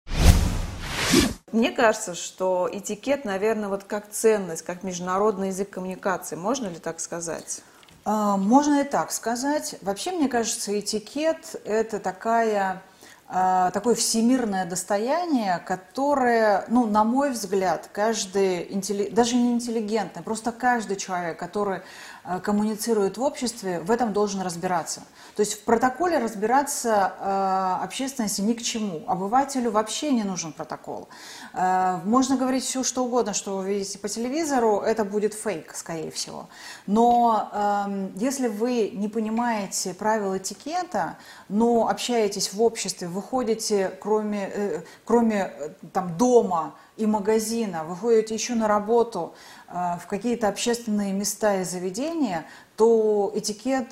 Мне кажется, что этикет, наверное, вот как ценность, как международный язык коммуникации. Можно ли так сказать? Можно и так сказать. Вообще, мне кажется, этикет – это такая, такое всемирное достояние, которое, ну, на мой взгляд, каждый, даже не интеллигентный, просто каждый человек, который коммуницирует в обществе, в этом должен разбираться. То есть в протоколе разбираться э, общественности ни к чему. Обывателю вообще не нужен протокол. Э, можно говорить все, что угодно, что вы видите по телевизору, это будет фейк, скорее всего. Но э, если вы не понимаете правил этикета, но общаетесь в обществе, выходите кроме, э, кроме там, дома и магазина, выходите еще на работу, в какие-то общественные места и заведения, то этикет,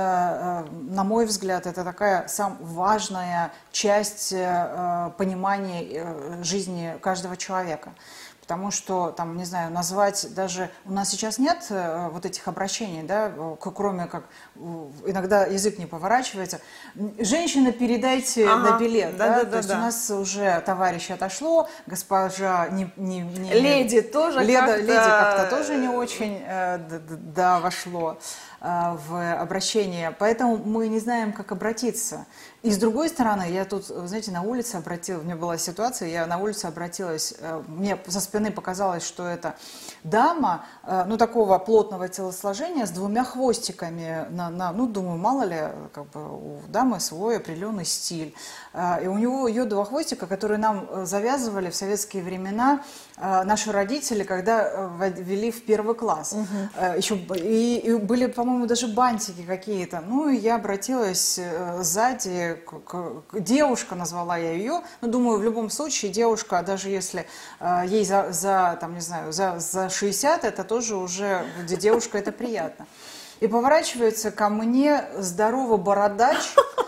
на мой взгляд, это такая самая важная часть понимания жизни каждого человека. Потому что, там, не знаю, назвать даже... У нас сейчас нет э, вот этих обращений, да, кроме как... Иногда язык не поворачивается. Женщина, передайте ага, на билет, да? да? да То да, есть да. у нас уже товарищ отошло, госпожа... Не, не, не, леди тоже леда, как-то... Леди как-то тоже не очень, э, да, вошло. в обращении, поэтому мы не знаем, как обратиться. И с другой стороны, я тут, знаете, на улице обратилась, у меня была ситуация, я на улице обратилась, мне со спины показалось, что это дама, ну, такого плотного телосложения с двумя хвостиками, на, на, ну, думаю, мало ли, как бы у дамы свой определенный стиль. И у него ее два хвостика, которые нам завязывали в советские времена наши родители, когда ввели в первый класс. Угу. Еще, и, и были, по-моему, даже бантики какие-то. Ну, и я обратилась сзади, к, к, к, девушка назвала я ее. Ну, думаю, в любом случае девушка, даже если э, ей за, за, там, не знаю, за, за шестьдесят, это тоже уже, где девушка, это приятно. И поворачивается ко мне здоровый бородач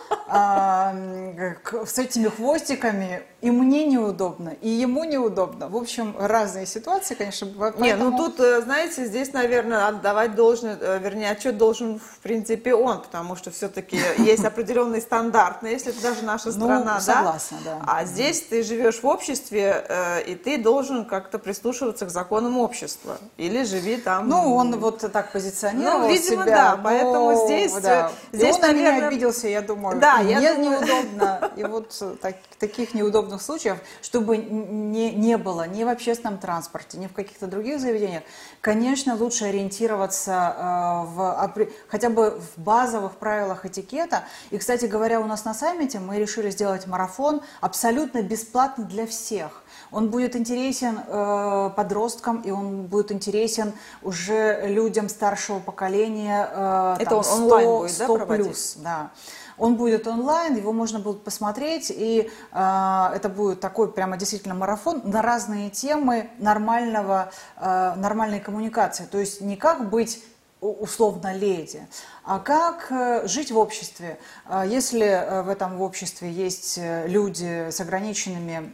а, с этими хвостиками, и мне неудобно, и ему неудобно. В общем, разные ситуации, конечно, бывают. Поэтому... Не, ну тут, знаете, здесь, наверное, отдавать должен, вернее, отчет должен, в принципе, он, потому что все-таки есть определенный стандарт, но если это даже наша страна, ну, согласна, да? Да, а здесь ты живешь в обществе, и ты должен как-то прислушиваться к законам общества, или живи там... Ну, он вот так позиционировал ну, видимо, себя. Да, но... поэтому здесь... Да. здесь он наверное... на меня обиделся, я думаю, да, я мне думаю... неудобно. И вот так, таких неудобных случаев, чтобы не, не было ни в общественном транспорте, ни в каких-то других заведениях, конечно, лучше ориентироваться э, в, хотя бы в базовых правилах этикета. И, кстати говоря, у нас на саммите мы решили сделать марафон абсолютно бесплатно для всех. Он будет интересен э, подросткам, и он будет интересен уже людям старшего поколения. Э, Это там, он сто, онлайн будет, сто да, плюс, да. Он будет онлайн, его можно будет посмотреть, и э, это будет такой прямо действительно марафон на разные темы нормального, э, нормальной коммуникации. То есть не как быть условно леди, а как жить в обществе. Если в этом обществе есть люди с ограниченными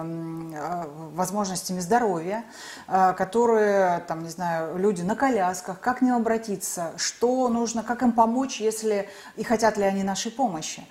возможностями здоровья, которые, там, не знаю, люди на колясках, как к ним обратиться, что нужно, как им помочь, если и хотят ли они нашей помощи.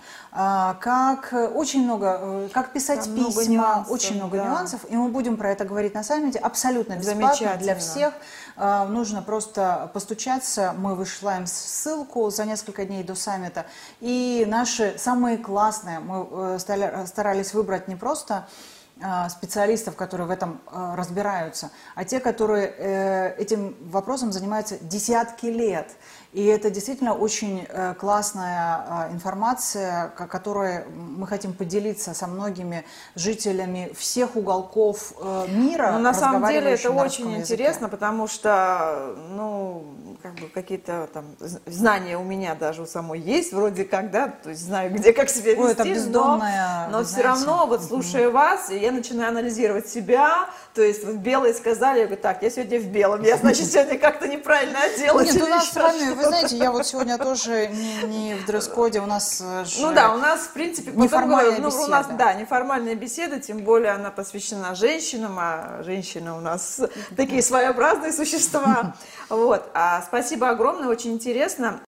Как очень много, как писать Там письма, много нюансов, очень много да. нюансов, и мы будем про это говорить на саммите абсолютно бесплатно для всех. Нужно просто постучаться, мы вышиваем ссылку за несколько дней до саммита, и наши самые классные, мы старались выбрать не просто специалистов, которые в этом разбираются, а те, которые этим вопросом занимаются десятки лет. И это действительно очень классная информация, которой мы хотим поделиться со многими жителями всех уголков мира. Но на самом деле это на очень интересно, языке. Потому что, ну, как бы какие-то там знания у меня даже у самой есть, вроде как, да, то есть знаю, где как себя вести. Ой, это бездонная, но, но все равно, вот слушая mm-hmm. вас, я начинаю анализировать себя, то есть вот белые сказали, я говорю, так, я сегодня в белом, я, значит, сегодня как-то неправильно оделась. Нет, у нас с вами, вы знаете, я вот сегодня тоже не, не в дресс-коде, у нас же ну да, у нас, в принципе, неформальная говорю, ну, беседа. У нас, да, неформальная беседа, тем более она посвящена женщинам, а женщины у нас такие своеобразные существа. Вот. А спасибо огромное, очень интересно.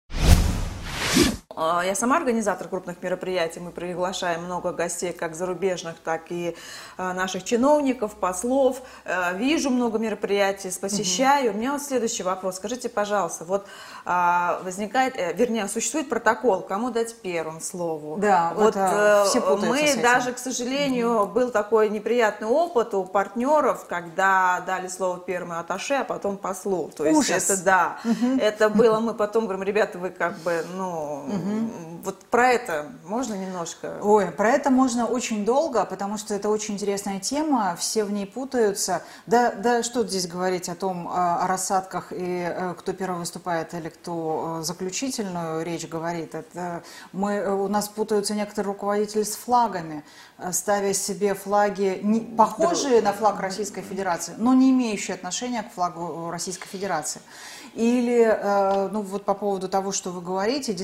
Я сама организатор крупных мероприятий, мы приглашаем много гостей, как зарубежных, так и наших чиновников, послов. Вижу много мероприятий, посещаю. У меня вот следующий вопрос. Скажите, пожалуйста, вот возникает, вернее, существует протокол, кому дать первым слову? Да, вот все путаются мы с этим. даже, к сожалению, угу. был такой неприятный опыт у партнеров, когда дали слово первому атташе, а потом послу. То есть Ужас. это да, угу. это было, мы потом говорим, ребята, вы как бы, ну... Угу. Вот про это можно немножко? Ой, про это можно очень долго, потому что это очень интересная тема, все в ней путаются. Да, да что здесь говорить о том, о рассадках и кто первый выступает или кто заключительную речь говорит. Это мы, у нас путаются некоторые руководители с флагами, ставя себе флаги, не, похожие на флаг Российской Федерации, но не имеющие отношения к флагу Российской Федерации. Или, ну вот по поводу того, что вы говорите, действительно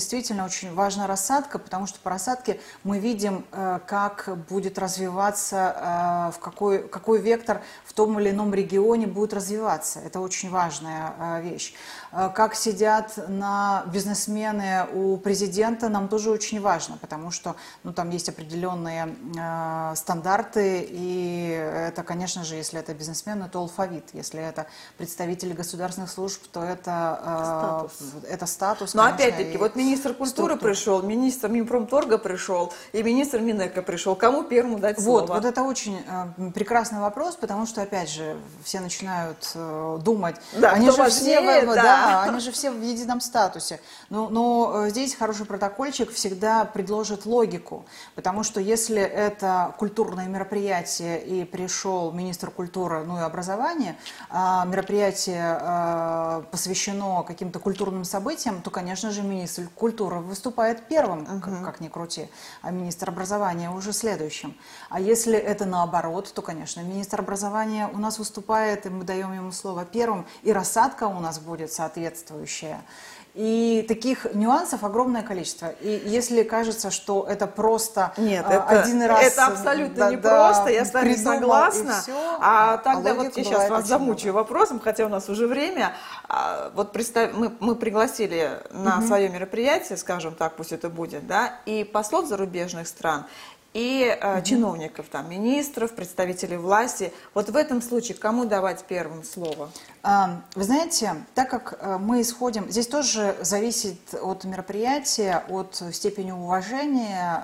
очень важна рассадка, потому что по рассадке мы видим, как будет развиваться, в какой, какой вектор в том или ином регионе будет развиваться. Это очень важная вещь. Как сидят на бизнесмены у президента, нам тоже очень важно, потому что ну, там есть определенные э, стандарты, и это, конечно же, если это бизнесмены, то алфавит, если это представители государственных служб, то это, э, статус. это статус. Но опять-таки, вот министр культуры структур. пришел, министр Минпромторга пришел, и министр Минэко пришел. Кому первому дать вот, слово? Вот это очень э, прекрасный вопрос, потому что, опять же, все начинают э, думать, да, они же важнее, все, да. Да, они же все в едином статусе. Но, но здесь хороший протокольчик всегда предложит логику, потому что если это культурное мероприятие и пришел министр культуры, ну и образования, а мероприятие а, посвящено каким-то культурным событиям, то, конечно же, министр культуры выступает первым, uh-huh. как, как ни крути, а министр образования уже следующим. А если это наоборот, то, конечно, министр образования у нас выступает, и мы даем ему слово первым, и рассадка у нас будет соответствующая. И таких нюансов огромное количество. И если кажется, что это просто Нет, а, это, один раз... это абсолютно да, не да, просто, я с вами согласна. Все, а тогда а вот я сейчас вас замучаю много. вопросом, хотя у нас уже время. Вот представь, мы, мы пригласили на угу. свое мероприятие, скажем так, пусть это будет, да, и послов зарубежных стран, и э, угу. чиновников, там, министров, представителей власти. Вот в этом случае кому давать первым слово? Вы знаете, так как мы исходим, здесь тоже зависит от мероприятия, от степени уважения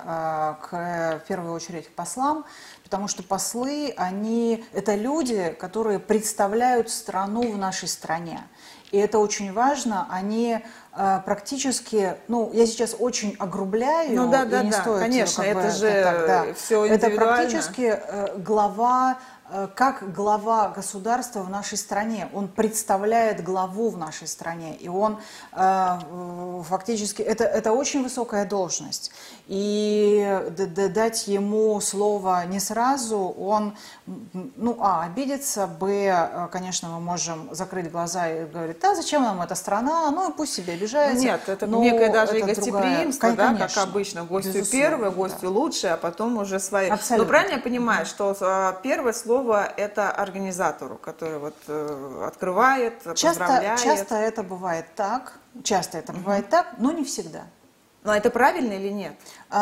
к, в первую очередь, к послам, потому что послы, они, это люди, которые представляют страну в нашей стране. И это очень важно, они э, практически, ну, я сейчас очень огрубляю, ну, да, да, и не да, стоит, конечно, как бы, это же так, да. все это индивидуально. практически э, глава, э, как глава государства в нашей стране, он представляет главу в нашей стране, и он э, фактически, это, это очень высокая должность, и дать ему слово не сразу, он, ну, а, обидится, б, конечно, мы можем закрыть глаза и говорить, да, зачем нам эта страна, ну, и пусть себе обижается. Нет, это некое даже и гостеприимство, другая... да, конечно, как обычно, гостю безусловно, первое, гостю да. лучше, а потом уже свои. Абсолютно. Но правильно я понимаю, что первое слово это организатору, который вот открывает, часто, поздравляет? Часто это бывает так, часто это бывает угу. так, но не всегда. Но это правильно или нет?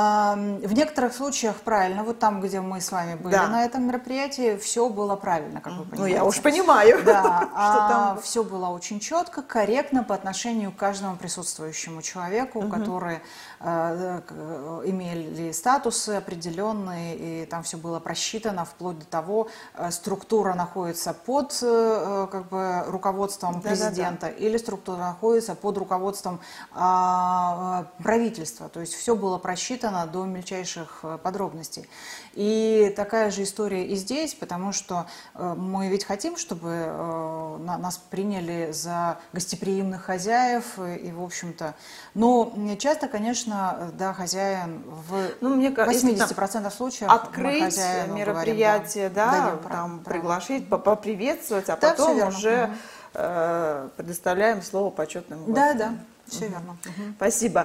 В некоторых случаях правильно. Вот там, где мы с вами были да. на этом мероприятии, все было правильно, как вы понимаете. Ну, я уж понимаю. Да, а там... все было очень четко, корректно по отношению к каждому присутствующему человеку, угу. которые э, имели статусы определенные, и там все было просчитано, вплоть до того, э, структура находится под э, как бы, руководством да, президента, да, да. или структура находится под руководством э, правительства. То есть все было просчитано до мельчайших подробностей. И такая же история и здесь, потому что э, мы ведь хотим, чтобы э, на, нас приняли за гостеприимных хозяев, и, и в общем-то, но часто, конечно, да, хозяин в ну, мне, восьмидесяти процентах случаев открыть мероприятие, говорим, да, да, даем, там, да. приглашить, поприветствовать, а да, потом уже угу. э, предоставляем слово почетным гостям. Да, да, все угу. верно. Угу. Спасибо.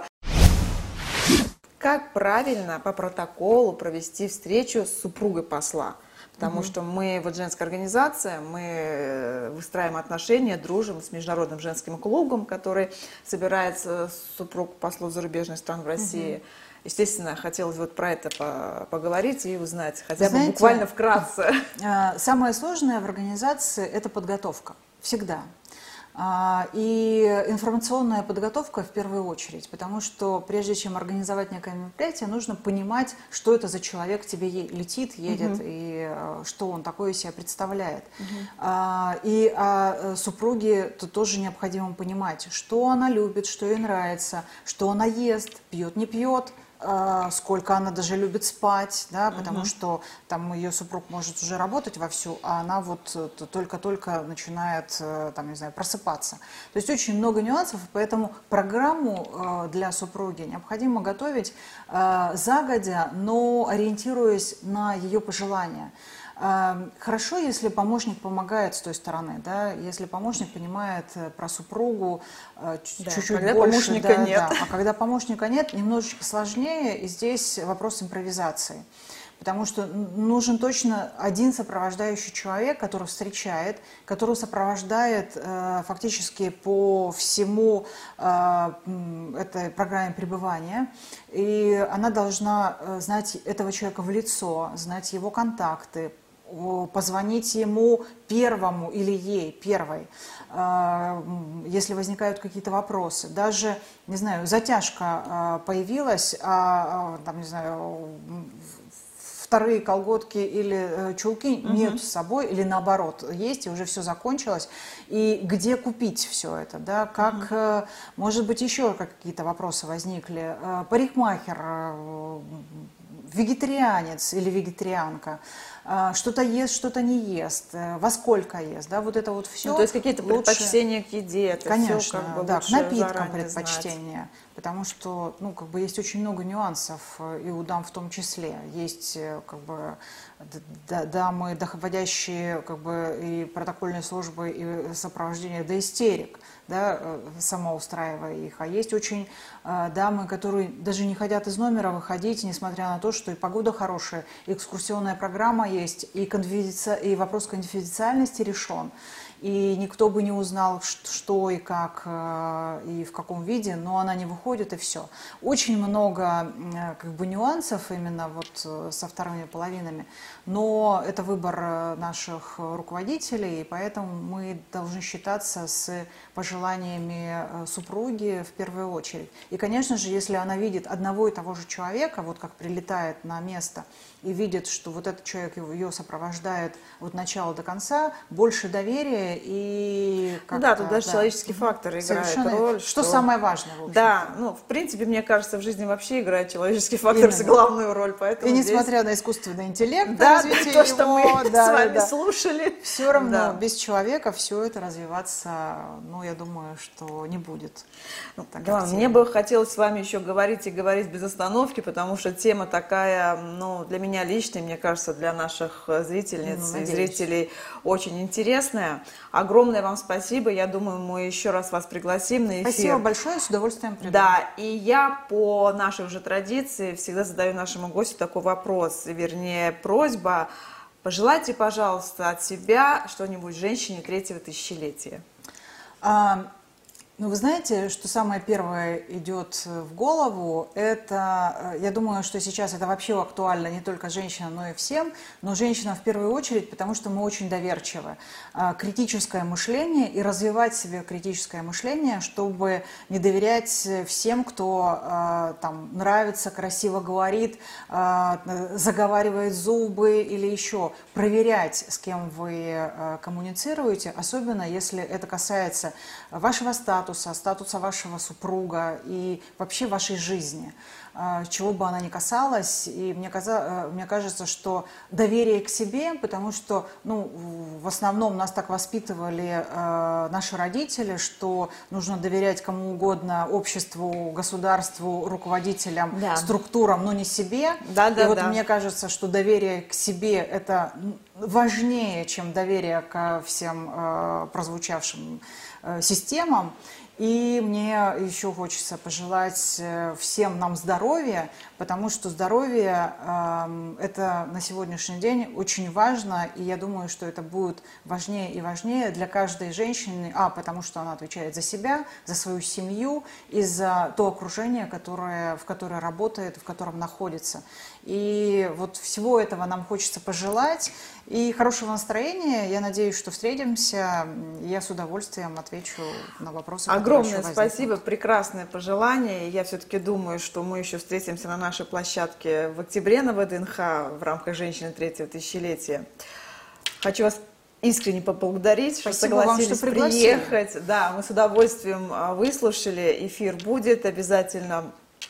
Как правильно по протоколу провести встречу с супругой посла? Потому угу. что мы, вот женская организация, мы выстраиваем отношения, дружим с Международным женским клубом, который собирается супруг послов зарубежных стран в России. Угу. Естественно, хотелось вот про это поговорить и узнать, хотя бы буквально вкратце. Самое сложное в организации – это подготовка. Всегда. И информационная подготовка в первую очередь, потому что прежде чем организовать некое мероприятие, нужно понимать, что это за человек к тебе летит, едет, uh-huh. и что он такое из себя представляет. Uh-huh. И о супруге то тоже необходимо понимать, что она любит, что ей нравится, что она ест, пьет, не пьет, сколько она даже любит спать, да, потому uh-huh. что там ее супруг может уже работать вовсю, а она вот только-только начинает там, не знаю, просыпаться. То есть очень много нюансов, поэтому программу для супруги необходимо готовить загодя, но ориентируясь на ее пожелания. Хорошо, если помощник помогает с той стороны, да, если помощник понимает про супругу чуть-чуть да, когда больше. Помощника да, нет. Да. А когда помощника нет, немножечко сложнее, и здесь вопрос импровизации. Потому что нужен точно один сопровождающий человек, который встречает, который сопровождает э, фактически по всему э, этой программе пребывания. И она должна знать этого человека в лицо, знать его контакты, позвонить ему первому или ей первой, если возникают какие-то вопросы. Даже, не знаю, затяжка появилась, а, там, не знаю, вторые колготки или чулки угу. нет с собой, или наоборот, есть, и уже все закончилось. И где купить все это, да, как, угу. может быть, еще какие-то вопросы возникли. Парикмахер, вегетарианец или вегетарианка, что-то ест, что-то не ест, во сколько ест, да, вот это вот все. Ну, то есть какие-то лучше... предпочтения к еде, это конечно, все как бы да, к напиткам предпочтения. Знать. Потому что, ну, как бы есть очень много нюансов, и у дам в том числе. Есть, как бы, дамы, доходящие, как бы, и протокольные службы, и сопровождение до истерик, да, самоустраивая их. А есть очень э, дамы, которые даже не хотят из номера выходить, несмотря на то, что и погода хорошая, и экскурсионная программа есть, и, конфиденци... и вопрос конфиденциальности решен. И никто бы не узнал, что и как, и в каком виде, но она не выходит, и все. Очень много как бы нюансов именно вот со вторыми половинами, но это выбор наших руководителей, и поэтому мы должны считаться с пожеланиями супруги в первую очередь. И, конечно же, если она видит одного и того же человека, вот как прилетает на место, и видит, что вот этот человек ее сопровождает от начала до конца, больше доверия и... Ну да, тут даже да. человеческий фактор играет Совершенно роль. Что, что самое важное, в общем-то. Да, ну, в принципе, мне кажется, в жизни вообще играет человеческий фактор Именно. главную роль. Поэтому и здесь... несмотря на искусственный интеллект, да, развитие то, его, что мы да, с вами да, слушали. Все равно да. без человека все это развиваться, ну, я думаю, что не будет. Ну, да, мне бы хотелось с вами еще говорить и говорить без остановки, потому что тема такая, ну, для меня лично, мне кажется, для наших зрительниц ну, и зрителей очень интересная. Огромное вам спасибо. Я думаю, мы еще раз вас пригласим на эфир. Спасибо большое, с удовольствием приду. Да, и я по нашей уже традиции всегда задаю нашему гостю такой вопрос, вернее, просьба. Пожелайте, пожалуйста, от себя что-нибудь женщине третьего тысячелетия. А... Ну, вы знаете, что самое первое идет в голову, это, я думаю, что сейчас это вообще актуально не только женщинам, но и всем, но женщинам в первую очередь, потому что мы очень доверчивы. Критическое мышление и развивать себе критическое мышление, чтобы не доверять всем, кто там нравится, красиво говорит, заговаривает зубы или еще. Проверять, с кем вы коммуницируете, особенно если это касается вашего статуса, статуса, статуса вашего супруга и вообще вашей жизни, чего бы она ни касалась. И мне, каза, мне кажется, что доверие к себе, потому что ну, в основном нас так воспитывали э, наши родители, что нужно доверять кому угодно, обществу, государству, руководителям, да. структурам, но не себе. Да, да, и вот да. мне кажется, что доверие к себе – это важнее, чем доверие ко всем э, прозвучавшим системам. И мне еще хочется пожелать всем нам здоровья, потому что здоровье э, это на сегодняшний день очень важно, и я думаю, что это будет важнее и важнее для каждой женщины, а, потому что она отвечает за себя, за свою семью и за то окружение, которое, в которое работает, в котором находится. И вот всего этого нам хочется пожелать. И хорошего настроения. Я надеюсь, что встретимся. Я с удовольствием отвечу на вопросы. Огромное спасибо. Прекрасное пожелание. Я все-таки думаю, что мы еще встретимся на нашей площадке в октябре на ВДНХ в рамках «Женщины третьего тысячелетия». Хочу вас искренне поблагодарить, что спасибо согласились вам, что приехать. Да, мы с удовольствием выслушали. Эфир будет обязательно.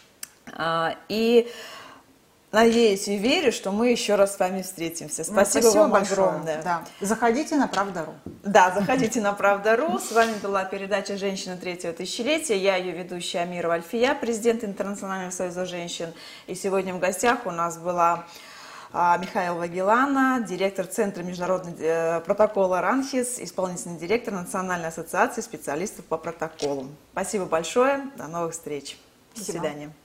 И... надеюсь и верю, что мы еще раз с вами встретимся. Спасибо, ну, спасибо вам большое. Огромное. Да. Заходите на Правда.ру. Да, заходите на Правда.ру. С вами была передача «Женщина третьего тысячелетия». Я ее ведущая Амирова Альфия, президент Интернационального союза женщин. И сегодня в гостях у нас была Михаила Вагелана, директор Центра международного протокола РАНХИС, исполнительный директор Национальной ассоциации специалистов по протоколам. Спасибо большое, до новых встреч. Спасибо. До свидания.